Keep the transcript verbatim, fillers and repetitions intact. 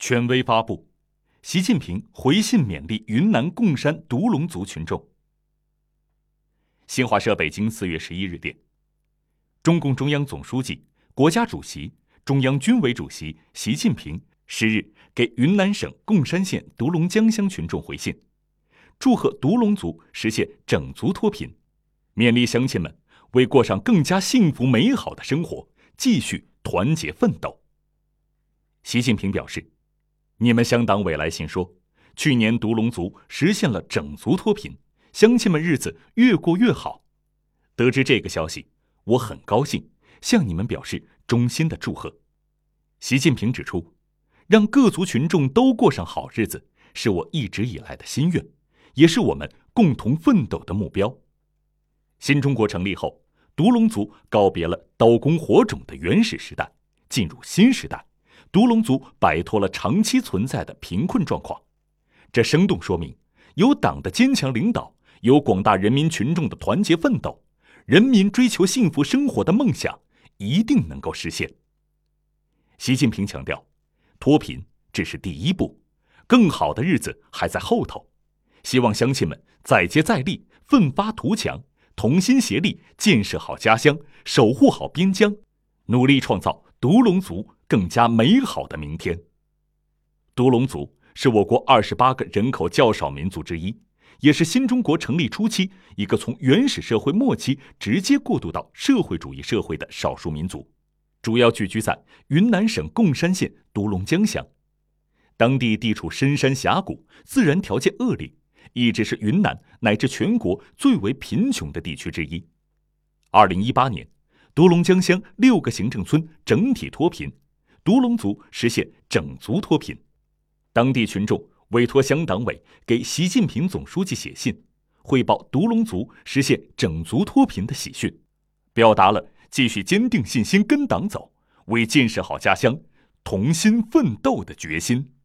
权威发布，习近平回信勉励云南贡山独龙族群众。新华社北京四月十一日电，中共中央总书记、国家主席、中央军委主席习近平十日给云南省贡山县独龙江乡群众回信，祝贺独龙族实现整族脱贫，勉励乡亲们为过上更加幸福美好的生活继续团结奋斗。习近平表示，你们乡党委来信说，去年独龙族实现了整族脱贫，乡亲们日子越过越好。得知这个消息，我很高兴，向你们表示衷心的祝贺。习近平指出，让各族群众都过上好日子，是我一直以来的心愿，也是我们共同奋斗的目标。新中国成立后，独龙族告别了刀工火种的原始时代，进入新时代，独龙族摆脱了长期存在的贫困状况。这生动说明，有党的坚强领导，有广大人民群众的团结奋斗，人民追求幸福生活的梦想一定能够实现。习近平强调，脱贫只是第一步，更好的日子还在后头。希望乡亲们再接再厉，奋发图强，同心协力建设好家乡，守护好边疆，努力创造独龙族更加美好的明天。独龙族是我国二十八个人口较少民族之一，也是新中国成立初期一个从原始社会末期直接过渡到社会主义社会的少数民族，主要聚居在云南省贡山县独龙江乡。当地地处深山峡谷，自然条件恶劣，一直是云南乃至全国最为贫穷的地区之一。二零一八年，独龙江乡六个行政村整体脱贫，独龙族实现整族脱贫。当地群众委托乡党委给习近平总书记写信，汇报独龙族实现整族脱贫的喜讯，表达了继续坚定信心跟党走，为建设好家乡同心奋斗的决心。